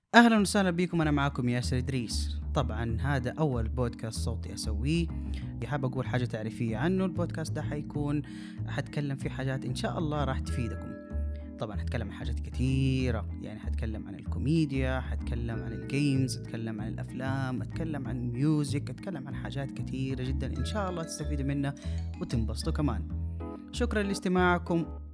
أهلا وسهلا بكم. أنا معكم ياسر إدريس. طبعا هذا أول بودكاست صوتي أسويه. حاب أقول حاجة تعريفية عنه. البودكاست ده حتكلم في حاجات إن شاء الله راح تفيدكم. طبعا حتكلم عن حاجات كثيرة، يعني حتكلم عن الكوميديا، حتكلم عن الجيمز، أتكلم عن الأفلام، أتكلم عن الميوزك، أتكلم عن حاجات كثيرة جدا إن شاء الله تستفيدوا منها وتنبسطوا كمان. شكرا لاستماعكم.